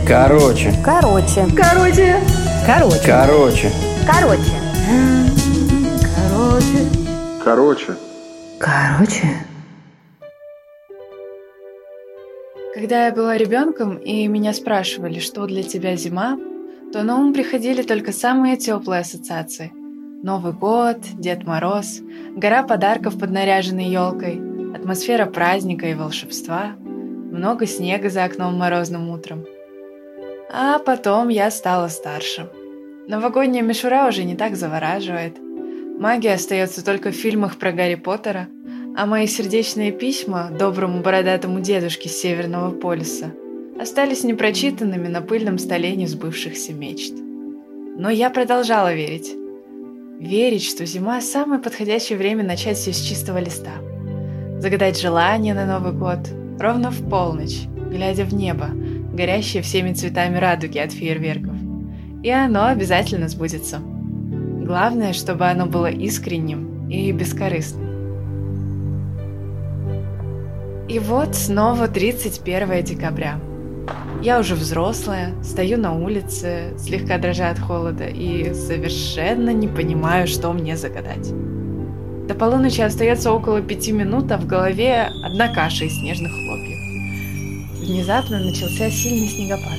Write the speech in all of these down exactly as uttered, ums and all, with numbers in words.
Короче. Короче. Короче. Короче. Короче. Короче. Короче. Короче. Короче. Когда я была ребенком и меня спрашивали, что для тебя зима, то на ум приходили только самые теплые ассоциации. Новый год, Дед Мороз, гора подарков под наряженной елкой, атмосфера праздника и волшебства, много снега за окном морозным утром. А потом я стала старше. Новогодняя мишура уже не так завораживает. Магия остается только в фильмах про Гарри Поттера, а мои сердечные письма доброму бородатому дедушке с Северного полюса остались непрочитанными на пыльном столе несбывшихся мечт. Но я продолжала верить. Верить, что зима – самое подходящее время начать все с чистого листа. Загадать желание на Новый год ровно в полночь, глядя в небо, горящее всеми цветами радуги от фейерверков. И оно обязательно сбудется. Главное, чтобы оно было искренним и бескорыстным. И вот снова тридцать первое декабря. Я уже взрослая, стою на улице, слегка дрожа от холода и совершенно не понимаю, что мне загадать. До полуночи остается около пяти минут, а в голове одна каша из снежных хлопьев. Внезапно начался сильный снегопад.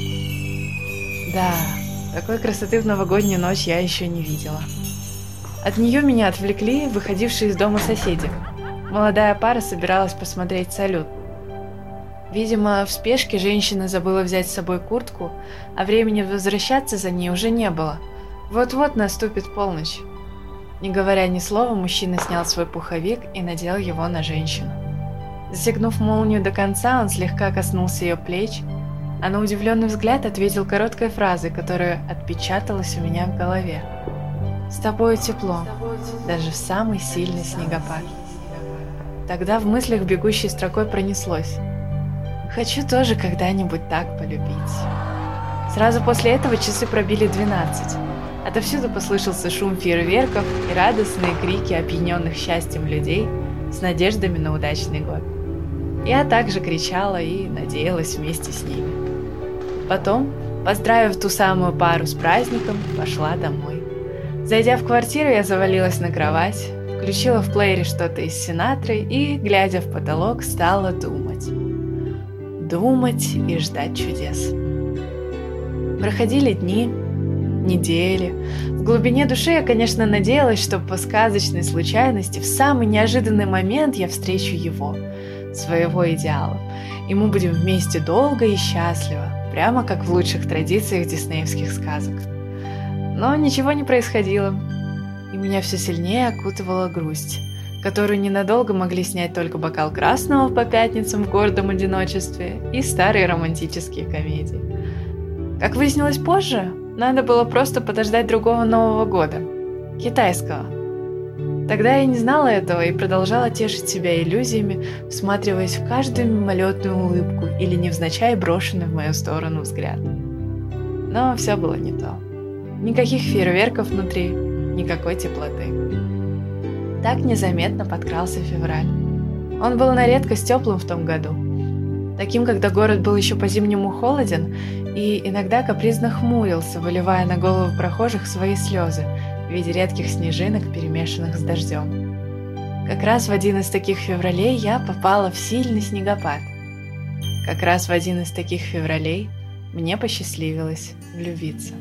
Да, такой красоты в новогоднюю ночь я еще не видела. От нее меня отвлекли выходившие из дома соседи. Молодая пара собиралась посмотреть салют. Видимо, в спешке женщина забыла взять с собой куртку, а времени возвращаться за ней уже не было. Вот-вот наступит полночь. Не говоря ни слова, мужчина снял свой пуховик и надел его на женщину. Застегнув молнию до конца, он слегка коснулся ее плеч, а на удивленный взгляд ответил короткой фразой, которая отпечаталась у меня в голове. «С тобой тепло, даже в самый сильный снегопад». Тогда в мыслях бегущей строкой пронеслось: «Хочу тоже когда-нибудь так полюбить». Сразу после этого часы пробили двенадцать. Отовсюду послышался шум фейерверков и радостные крики опьяненных счастьем людей с надеждами на удачный год. Я также кричала и надеялась вместе с ними. Потом, поздравив ту самую пару с праздником, пошла домой. Зайдя в квартиру, я завалилась на кровать, включила в плеере что-то из Синатры и, глядя в потолок, стала думать. Думать и ждать чудес. Проходили дни, недели. В глубине души я, конечно, надеялась, что по сказочной случайности в самый неожиданный момент я встречу его, своего идеала, и мы будем вместе долго и счастливо, прямо как в лучших традициях диснеевских сказок. Но ничего не происходило, и меня все сильнее окутывала грусть, которую ненадолго могли снять только бокал красного по пятницам в гордом одиночестве и старые романтические комедии. Как выяснилось позже, надо было просто подождать другого Нового года, китайского. Тогда я не знала этого и продолжала тешить себя иллюзиями, всматриваясь в каждую мимолетную улыбку или невзначай брошенный в мою сторону взгляд. Но все было не то. Никаких фейерверков внутри, никакой теплоты. Так незаметно подкрался февраль. Он был на редкость теплым в том году. Таким, когда город был еще по-зимнему холоден и иногда капризно хмурился, выливая на голову прохожих свои слезы в виде редких снежинок, перемешанных с дождем. Как раз в один из таких февралей я попала в сильный снегопад. Как раз в один из таких февралей мне посчастливилось влюбиться.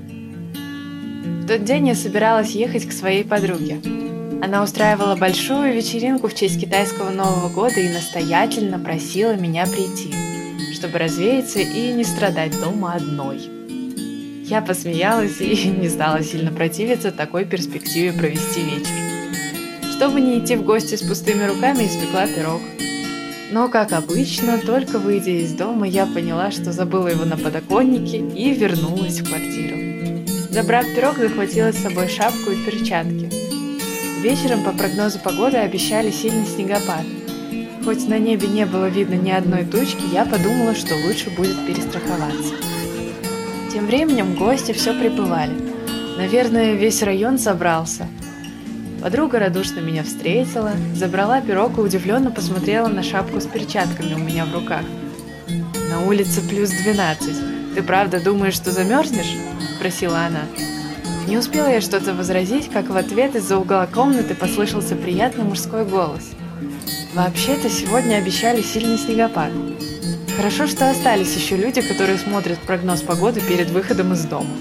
В тот день я собиралась ехать к своей подруге. Она устраивала большую вечеринку в честь китайского Нового года и настоятельно просила меня прийти, чтобы развеяться и не страдать дома одной. Я посмеялась и не стала сильно противиться такой перспективе провести вечер. Чтобы не идти в гости с пустыми руками, испекла пирог. Но, как обычно, только выйдя из дома, я поняла, что забыла его на подоконнике и вернулась в квартиру. Забрав пирог, захватила с собой шапку и перчатки. Вечером, по прогнозу погоды, обещали сильный снегопад. Хоть на небе не было видно ни одной тучки, я подумала, что лучше будет перестраховаться. Тем временем гости все прибывали. Наверное, весь район собрался. Подруга радушно меня встретила, забрала пирог и удивленно посмотрела на шапку с перчатками у меня в руках. «На улице плюс двенадцать. Ты «Ты правда думаешь, что замерзнешь?» – спросила она. Не успела я что-то возразить, как в ответ из-за угла комнаты послышался приятный мужской голос. «Вообще-то сегодня обещали сильный снегопад. Хорошо, что остались еще люди, которые смотрят прогноз погоды перед выходом из дома».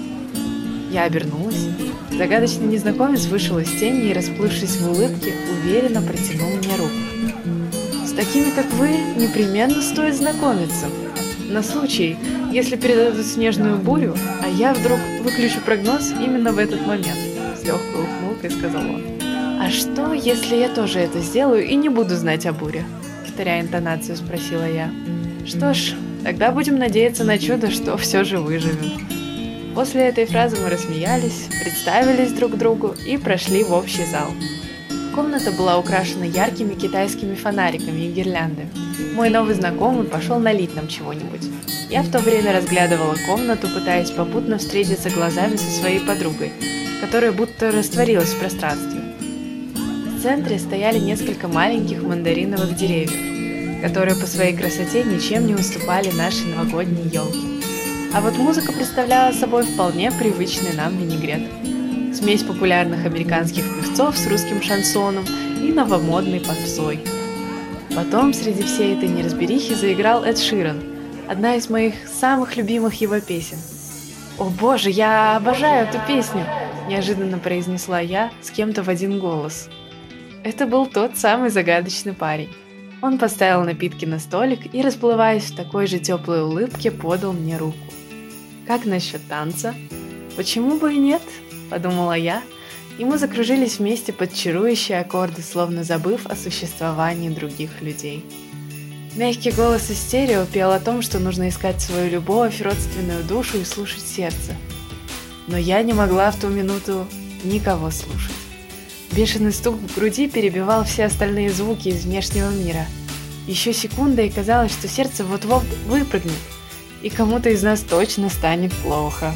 Я обернулась. Загадочный незнакомец вышел из тени и, расплывшись в улыбке, уверенно протянул мне руку. «С такими, как вы, непременно стоит знакомиться. На случай, если передадут снежную бурю, а я вдруг выключу прогноз именно в этот момент», — с легкой ухмылкой сказал он. «А что, если я тоже это сделаю и не буду знать о буре?» — повторяя интонацию, спросила я. «Что ж, тогда будем надеяться на чудо, что все же выживем». После этой фразы мы рассмеялись, представились друг другу и прошли в общий зал. Комната была украшена яркими китайскими фонариками и гирляндами. Мой новый знакомый пошел налить нам чего-нибудь. Я в то время разглядывала комнату, пытаясь попутно встретиться глазами со своей подругой, которая будто растворилась в пространстве. В центре стояли несколько маленьких мандариновых деревьев, которые по своей красоте ничем не уступали нашей новогодней елке. А вот музыка представляла собой вполне привычный нам винегрет. Смесь популярных американских певцов с русским шансоном и новомодной попсой. Потом среди всей этой неразберихи заиграл Эд Ширан, одна из моих самых любимых его песен. «О боже, я обожаю эту песню!» – неожиданно произнесла я с кем-то в один голос. Это был тот самый загадочный парень. Он поставил напитки на столик и, расплываясь в такой же теплой улыбке, подал мне руку. «Как насчет танца?» «Почему бы и нет?» – подумала я, и мы закружились вместе под чарующие аккорды, словно забыв о существовании других людей. Мягкий голос из стерео пел о том, что нужно искать свою любовь, родственную душу и слушать сердце. Но я не могла в ту минуту никого слушать. Бешеный стук в груди перебивал все остальные звуки из внешнего мира. Еще секунда, и казалось, что сердце вот-вот выпрыгнет, и кому-то из нас точно станет плохо.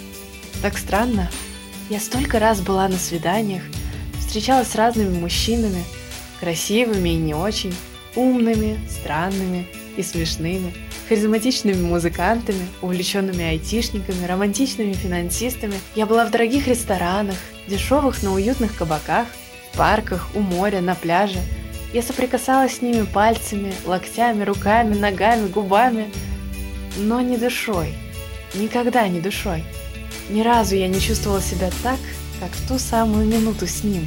Так странно. Я столько раз была на свиданиях, встречалась с разными мужчинами, красивыми и не очень, умными, странными и смешными, харизматичными музыкантами, увлеченными айтишниками, романтичными финансистами. Я была в дорогих ресторанах, дешевых, но уютных кабаках, в парках, у моря, на пляже. Я соприкасалась с ними пальцами, локтями, руками, ногами, губами, но не душой, никогда не душой. Ни разу я не чувствовала себя так, как в ту самую минуту с ним.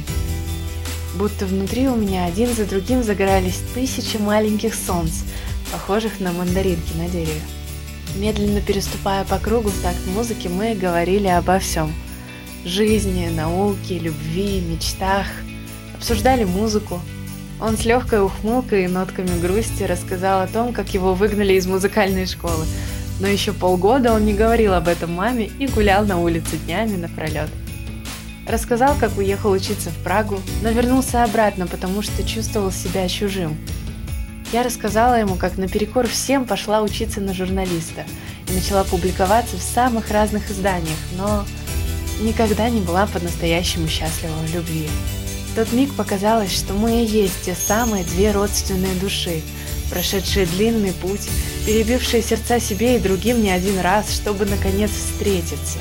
Будто внутри у меня один за другим загорались тысячи маленьких солнц, похожих на мандаринки на дереве. Медленно переступая по кругу в такт музыки, мы говорили обо всем. Жизни, науке, любви, мечтах. Обсуждали музыку. Он с легкой ухмылкой и нотками грусти рассказал о том, как его выгнали из музыкальной школы. Но еще полгода он не говорил об этом маме и гулял на улице днями напролет. Рассказал, как уехал учиться в Прагу, но вернулся обратно, потому что чувствовал себя чужим. Я рассказала ему, как наперекор всем пошла учиться на журналиста и начала публиковаться в самых разных изданиях, но никогда не была по-настоящему счастлива в любви. В тот миг показалось, что мы и есть те самые две родственные души, прошедшие длинный путь, перебившие сердца себе и другим не один раз, чтобы наконец встретиться.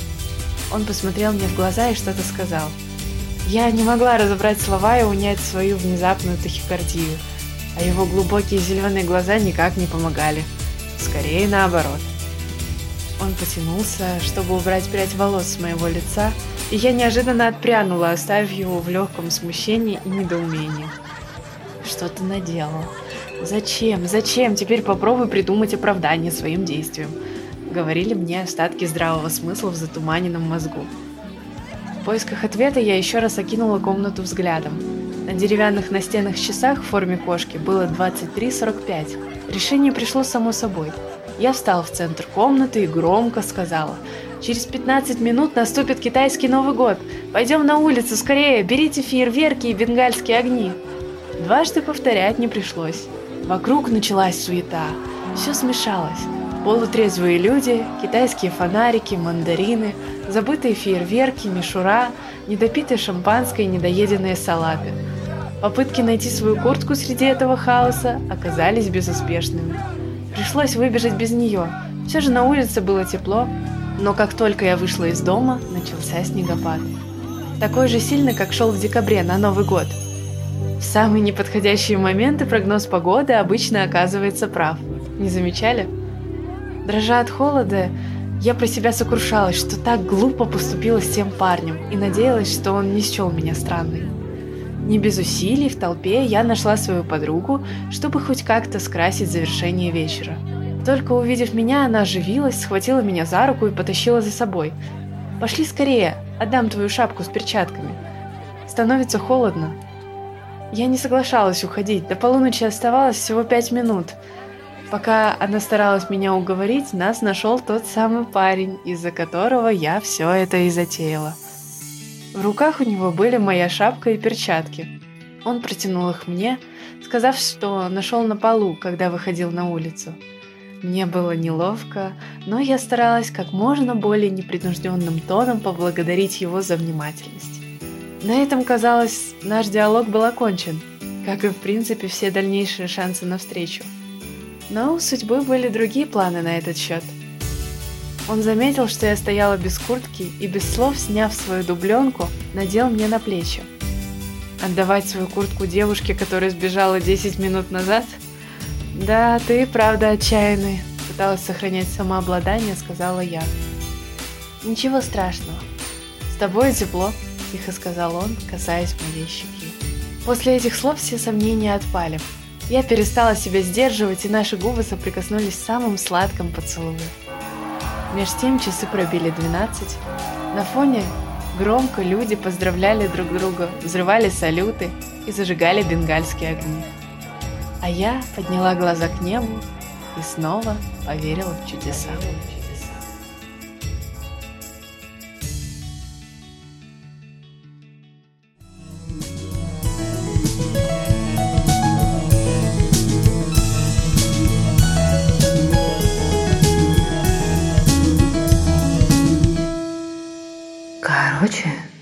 Он посмотрел мне в глаза и что-то сказал. Я не могла разобрать слова и унять свою внезапную тахикардию, а его глубокие зеленые глаза никак не помогали. Скорее наоборот. Он потянулся, чтобы убрать прядь волос с моего лица, и я неожиданно отпрянула, оставив его в легком смущении и недоумении. Что ты наделал? Зачем? Зачем? Теперь попробуй придумать оправдание своим действиям. Говорили мне остатки здравого смысла в затуманенном мозгу. В поисках ответа я еще раз окинула комнату взглядом. На деревянных настенных часах в форме кошки было двадцать три сорок пять. Решение пришло само собой. Я встала в центр комнаты и громко сказала: «Через пятнадцать минут наступит китайский Новый год. Пойдем на улицу, скорее, берите фейерверки и бенгальские огни». Дважды повторять не пришлось. Вокруг началась суета. Все смешалось. Полутрезвые люди, китайские фонарики, мандарины, забытые фейерверки, мишура, недопитое шампанское и недоеденные салаты. Попытки найти свою куртку среди этого хаоса оказались безуспешными. Пришлось выбежать без нее. Все же на улице было тепло, но как только я вышла из дома, начался снегопад. Такой же сильный, как шел в декабре на Новый год. В самые неподходящие моменты прогноз погоды обычно оказывается прав. Не замечали? Дрожа от холода, я про себя сокрушалась, что так глупо поступила с тем парнем и надеялась, что он не счел меня странной. Не без усилий в толпе я нашла свою подругу, чтобы хоть как-то скрасить завершение вечера. Только увидев меня, она оживилась, схватила меня за руку и потащила за собой. «Пошли скорее, отдам твою шапку с перчатками. Становится холодно». Я не соглашалась уходить, до полуночи оставалось всего пять минут. Пока она старалась меня уговорить, нас нашел тот самый парень, из-за которого я все это и затеяла. В руках у него были моя шапка и перчатки. Он протянул их мне, сказав, что нашел на полу, когда выходил на улицу. Мне было неловко, но я старалась как можно более непринужденным тоном поблагодарить его за внимательность. На этом, казалось, наш диалог был окончен, как и в принципе все дальнейшие шансы на встречу. Но у судьбы были другие планы на этот счет. Он заметил, что я стояла без куртки и без слов, сняв свою дубленку, надел мне на плечи. Отдавать свою куртку девушке, которая сбежала десять минут назад? Да, ты правда отчаянный, пыталась сохранять самообладание, сказала я. Ничего страшного, с тобой тепло, тихо сказал он, касаясь моей щеки. После этих слов все сомнения отпали. Я перестала себя сдерживать, и наши губы соприкоснулись в самом сладком поцелуе. Меж тем часы пробили двенадцать. На фоне громко люди поздравляли друг друга, взрывали салюты и зажигали бенгальские огни. А я подняла глаза к небу и снова поверила в чудеса. Короче...